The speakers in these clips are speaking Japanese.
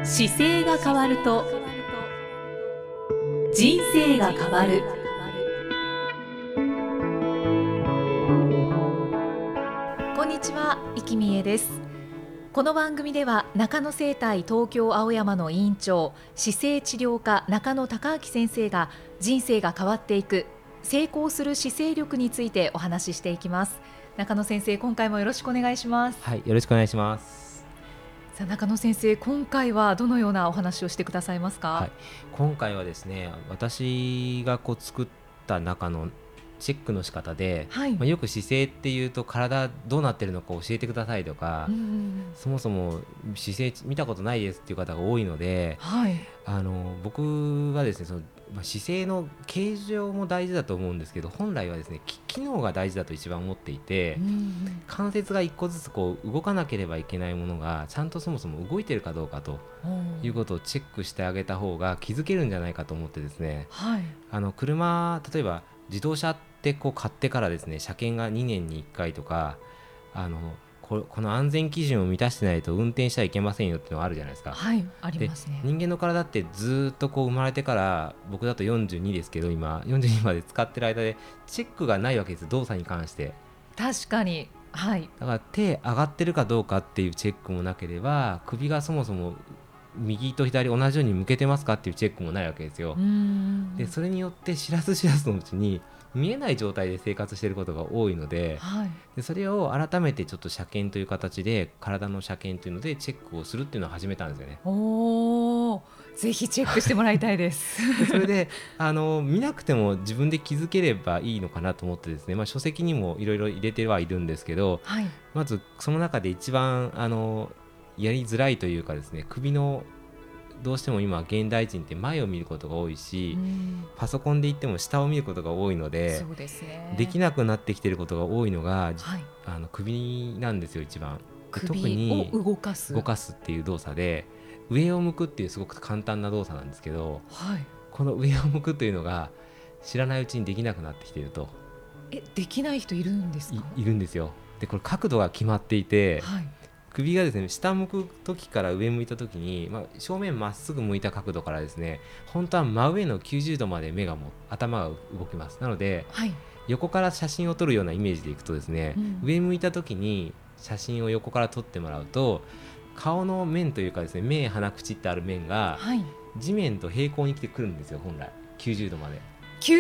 姿勢が変わると人生が変わる。こんにちは、生きみえです。この番組では中野生態東京青山の委員長、姿勢治療科中野孝明先生が人生が変わっていく、成功する姿勢力についてお話ししていきます。中野先生、今回もよろしくお願いします。 はい、よろしくお願いします。 さあ、中野先生、今回はどのようなお話をしてくださいますか？ はい、今回はですね、私が作った中のチェックの仕方で、 はい、 よく姿勢っていうと体どうなってるのか教えてくださいとか、そもそも姿勢見たことないですっていう方が多いので、 はい、 僕はですね、姿勢の形状も大事だと思うんですけど、本来はですね、機能が大事だと一番思っていて、関節が一個ずつ動かなければいけないものがちゃんとそもそも動いてるかどうかということをチェックしてあげた方が気づけるんじゃないかと思ってですね、 はい、 例えば自動車って買ってからですね、車検が2年に1回とか、この安全基準を満たしてないと運転しちゃいけませんよっていうのがあるじゃないですか。 はい、ありますね。 人間の体ってずっと生まれてから、僕だと42ですけど、今42まで使ってる間でチェックがないわけです、動作に関して。 確かに、はい、 だから手上がってるかどうかっていうチェックもなければ、首がそもそも右と左同じように向けてますかっていうチェックもないわけですよ。でそれによって知らず知らずのうちに見えない状態で生活していることが多いので、 はい、 でそれを改めてちょっと車検という形で、体の車検というのでチェックをするっていうのを始めたんですよね。 ぜひチェックしてもらいたいですでそれで見なくても自分で気づければいいのかなと思ってですね、書籍にもいろいろ入れてはいるんですけど、 はい、 まずその中で一番やりづらいというかですね、首のどうしても今現代人って前を見ることが多いし、パソコンで言っても下を見ることが多いので、 そうですね、 できなくなってきていることが多いのが、 はい、 首なんですよ。一番特首にを動かすっていう動作で、上を向くっていうすごく簡単な動作なんですけど、 はい、 この上を向くというのが知らないうちにできなくなってきていると。 できない人いるんですか？ いるんですよ。でこれ角度が決まっていて、 はい、 首がですね、下向く時から上向いた時に、正面まっすぐ向いた角度からですね、本当は真上の90度まで頭が動きます。なので、 はい、 横から写真を撮るようなイメージでいくとですね、上向いた時に写真を横から撮ってもらうと、顔の面というかですね、目鼻口ってある面が、 はい、 地面と平行に来てくるんですよ。本来90度まで。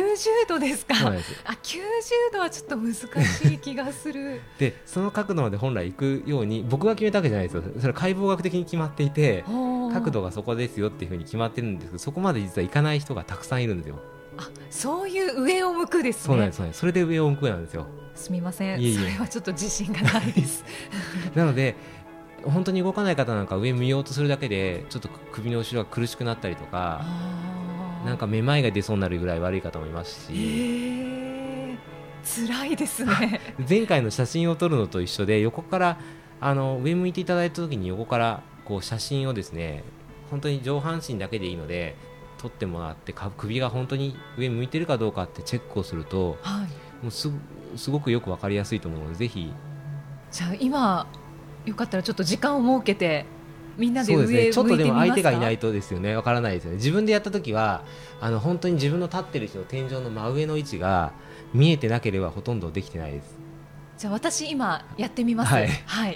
90度ですか？ そうなんです。 90度はちょっと難しい気がするでその角度まで本来行くように僕が決めたわけじゃないですよ。それは解剖学的に決まっていて、角度がそこですよっていうふうに決まってるんですけど、そこまで実は行かない人がたくさんいるんですよ。 そういう上を向くですね。 そうなんです。それで上を向くなんですよ。 すみません、 いえいえ、 それはちょっと自信がないですなので本当に動かない方なんか上見ようとするだけでちょっと首の後ろが苦しくなったりとか、なんかめまいが出そうになるぐらい悪い方もいますし、 辛いですね前回の写真を撮るのと一緒で、横から上向いていただいた時に横から写真をですね、本当に上半身だけでいいので撮ってもらって、首が本当に上向いてるかどうかってチェックをすると、 はい、 もうすごくよく分かりやすいと思うので、ぜひ。 じゃあ今よかったらちょっと時間を設けてみんなで上向いてみますか？ ちょっとでも相手がいないとですよね、わからないですよね。自分でやった時は本当に自分の立ってる人の天井の真上の位置が見えてなければほとんどできてないです。 じゃあ私今やってみます。 はい、 はい、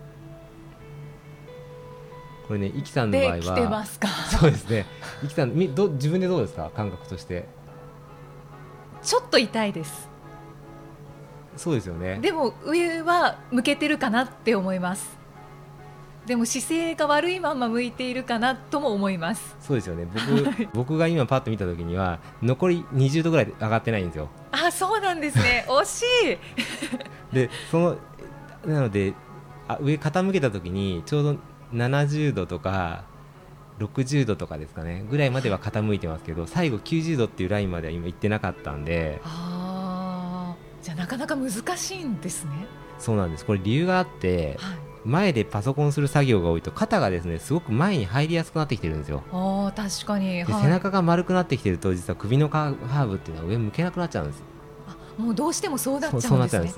これね、イキさんの場合はできてますか？ そうですね。イキさん自分でどうですか、感覚として？ ちょっと痛いです。 そうですよね。 でも上は向けてるかなって思います。でも姿勢が悪いまま向いているかなとも思います。 そうですよね。僕が今パッと見た時には残り20度ぐらいで上がってないんですよ。 そうなんですね。惜しいでなので上傾けた時にちょうど70度とか60度とかですかねぐらいまでは傾いてますけど、最後90度っていうラインまでは今行ってなかったんで。 じゃあなかなか難しいんですね。 そうなんです。これ理由があって、 はい、 前でパソコンする作業が多いと肩がですね、すごく前に入りやすくなってきてるんですよ。 確かに、 で背中が丸くなってきてると、実は首のカーブっていうのは上向けなくなっちゃうんです。 もうどうしてもそうなっちゃうんですね。 そうなっちゃうんです。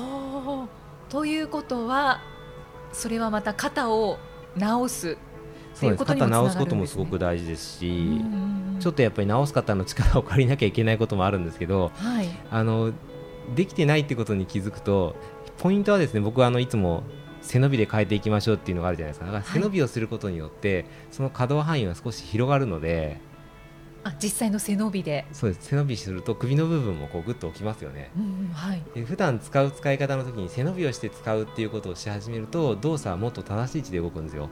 ということはそれはまた肩を直す、 っていうことにもつながるんですね。 肩直すこともすごく大事ですし、ちょっとやっぱり直す方の力を借りなきゃいけないこともあるんですけど、 はい、 できてないってことに気づくと、ポイントはですね、僕はいつも背伸びで変えていきましょうっていうのがあるじゃないですか。だから背伸びをすることによって、その可動範囲は少し広がるので、 実際の背伸びで、 そうです。背伸びすると首の部分もこうグッと起きますよね。 はい、 で普段使う使い方の時に背伸びをして使うっていうことをし始めると、動作はもっと正しい位置で動くんですよ。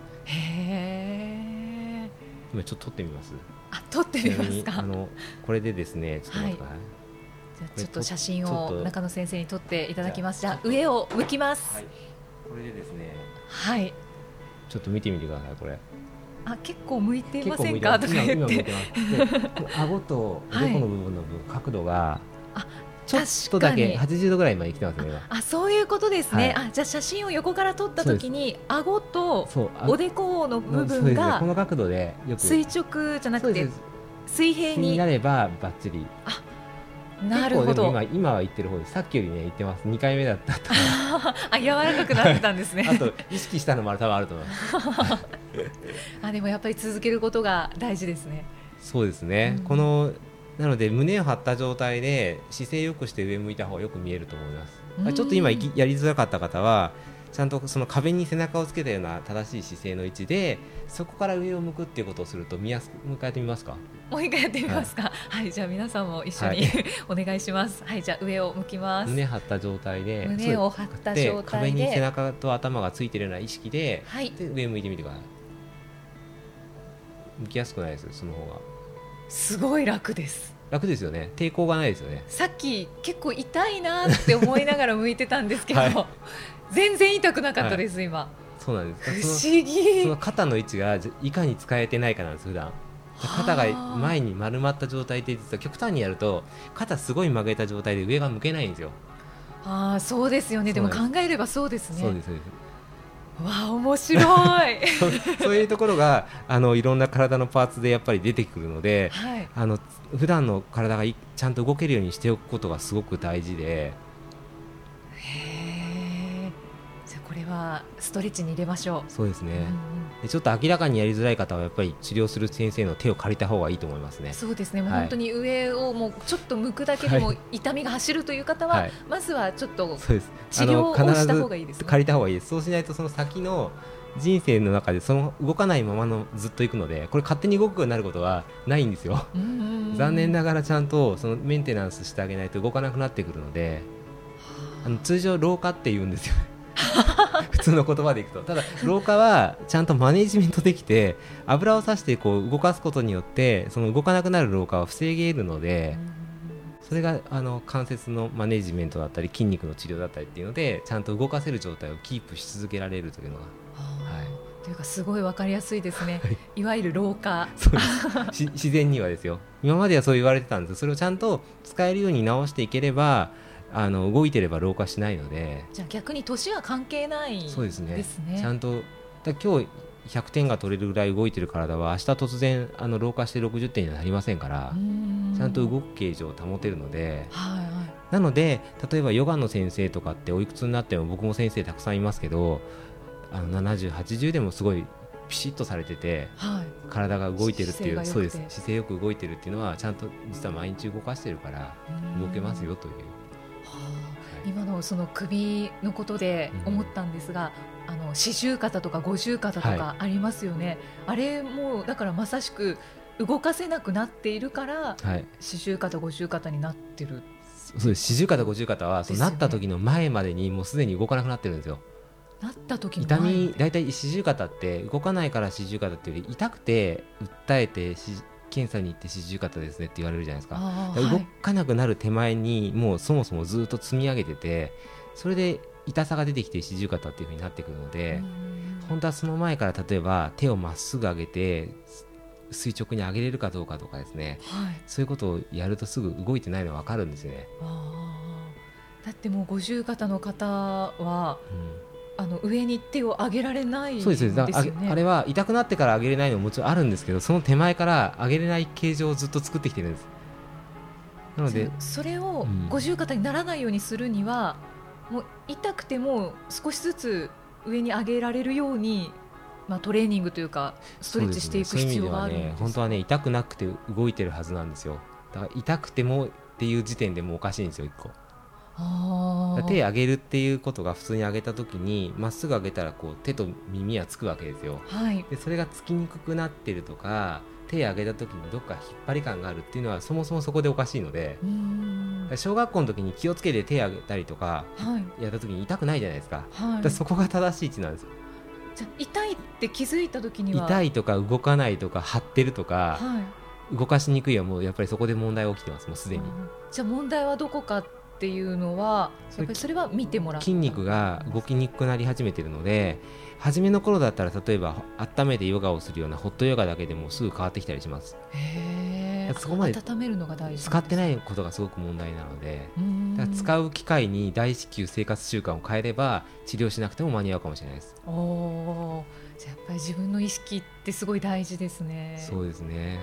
へー、 今ちょっと撮ってみます。 撮ってみますか。 これでですね、ちょっと待ってください。 じゃあちょっと写真を中野先生に撮っていただきます。じゃあ上を向きます。 はい、これでですね、 はい、 ちょっと見てみてください。これ結構向いてませんかとか言って、 今向いてます。顎とおでこの部分の角度がちょっとだけ80度ぐらいまで来てますね。 そういうことですね。じゃあ写真を横から撮った時に顎とおでこの部分がこの角度でよく垂直じゃなくて水平になればバッチリ。 なるほど。 今は言ってる方です。さっきよりね言ってます。2回目だったと柔らかくなってたんですね。 あと意識したのも多分あると思いますでもやっぱり続けることが大事ですね。 そうですね、なので胸を張った状態で姿勢よくして上向いた方がよく見えると思います。ちょっと今やりづらかった方はちゃんとその壁に背中をつけたような正しい姿勢の位置で、そこから上を向くっていうことをすると見やすく。もう一回やってみますか。 もう一回やってみますか。はい、じゃあ皆さんも一緒に、お願いします。はい、じゃあ上を向きます。 胸張った状態で、 胸を張った状態で壁に背中と頭がついているような意識で、で上向いてみてください。向きやすくないです。その方がすごい楽です。 楽ですよね。抵抗がないですよね。 さっき結構痛いなって思いながら向いてたんですけど、全然痛くなかったです、今。 そうなんです。 不思議。 その肩の位置がいかに使えてないかなんです。普段肩が前に丸まった状態で、実は極端にやると肩すごい曲げた状態で上が向けないんですよ。 そうですよね。でも考えればそうですね。 そうです。 わあ、面白いそういうところがいろんな体のパーツでやっぱり出てくるので、普段の体がちゃんと動けるようにしておくことがすごく大事で。 じゃあこれはストレッチに入れましょう。 そうですね、でちょっと明らかにやりづらい方はやっぱり治療する先生の手を借りた方がいいと思いますね。 そうですね。もう本当に上をもうちょっと向くだけでも痛みが走るという方は、まずはちょっと治療をした方がいいですね。 借りた方がいいです。そうしないとその先の人生の中でその動かないままのずっといくので、これ勝手に動くようになることはないんですよ。残念ながらちゃんとそのメンテナンスしてあげないと動かなくなってくるので、通常老化って言うんですよ普通の言葉でいくと。ただ老化はちゃんとマネジメントできて、油をさしてこう動かすことによってその動かなくなる老化を防げるので、それが関節のマネジメントだったり筋肉の治療だったりっていうので、ちゃんと動かせる状態をキープし続けられるというのが、 というかすごい分かりやすいですね。いわゆる老化。 そうです自然にはですよ。今まではそう言われてたんです。それをちゃんと使えるように直していければ動いてれば老化しないので。 じゃあ逆に年は関係ないですね。 そうですね。ちゃんと今日100点が取れるぐらい動いてる体は明日突然老化して60点にはなりませんから、ちゃんと動く形状を保てるので、なので例えばヨガの先生とかっておいくつになっても、僕も先生たくさんいますけど70、80でもすごいピシッとされてて、体が動いてるっていう。そうです。姿勢よく動いてるっていうのはちゃんと実は毎日動かしてるから動けますよという。 今のその首のことで思ったんですが、四十肩とか五十肩とかありますよね。あれもだからまさしく動かせなくなっているから、四十肩五十肩になってる。 そうです。四十肩五十肩はなった時の前までにもうすでに動かなくなってるんですよ。 なった時の痛み、だいたい四十肩って動かないから四十肩っていうより、痛くて訴えて検査に行って四十肩ですねって言われるじゃないですか。動かなくなる手前にもうそもそもずっと積み上げてて、それで痛さが出てきて四十肩っていう風になってくるので、本当はその前から例えば手をまっすぐ上げて垂直に上げれるかどうかとかですね、そういうことをやるとすぐ動いてないのが分かるんですよね。 だってもう五十肩の方は、上に手を上げられないですよね。 そうです。あれは痛くなってから上げれないのももちろんあるんですけど、その手前から上げれない形状をずっと作ってきてるんです。なのでそれを五十肩にならないようにするには、もう痛くても少しずつ上に上げられるようにトレーニングというかストレッチしていく必要があるんです。 本当はね痛くなくて動いてるはずなんですよ。だから痛くてもっていう時点でもうおかしいんですよ1個。手上げるっていうことが普通に上げた時にまっすぐ上げたらこう手と耳はつくわけですよ、 はい、 でそれがつきにくくなってるとか手上げた時にどっか引っ張り感があるっていうのはそもそもそこでおかしいので、小学校の時に気をつけて手上げたりとかやった時に痛くないじゃないですか、だからそこが正しい位置なんですよ。 じゃ痛いって気づいた時には痛いとか動かないとか張ってるとか、動かしにくいはもうやっぱりそこで問題が起きてます。もうすでに。 じゃあ問題はどこかっていうのはやっぱりそれは見てもらった筋肉が動きにくくなり始めているので、初めの頃だったら例えば温めてヨガをするようなホットヨガだけでもすぐ変わってきたりします。そこまで温めるのが大事、 使ってないことがすごく問題なので、だから使う機会に大至急生活習慣を変えれば治療しなくても間に合うかもしれないです。 じゃあやっぱり自分の意識ってすごい大事ですね。 そうですね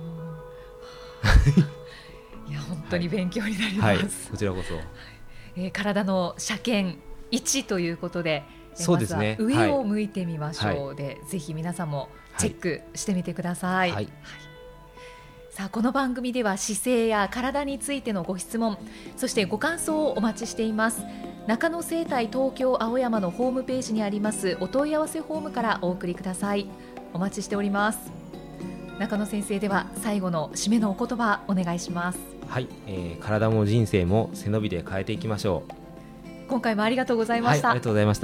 いや本当に勉強になります、はいはい、 こちらこそ、 体の車検1ということで、 そうですね、 まずは上を向いてみましょうで、ぜひ皆さんもチェックしてみてください、はいはい、さあこの番組では姿勢や体についてのご質問、そしてご感想をお待ちしています。中野生態東京青山のホームページにありますお問い合わせフォームからお送りください。お待ちしております。中野先生、では最後の締めのお言葉お願いします。 はい、体も人生も背伸びで変えていきましょう。 今回もありがとうございました、 はい、ありがとうございました。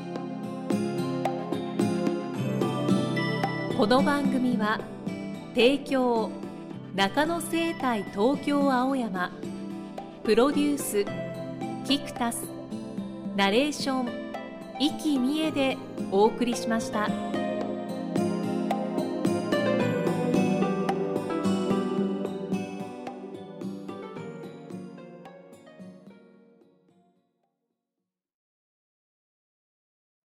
この番組は提供中野生態東京青山、プロデュースキクタス、ナレーション生きみえでお送りしました。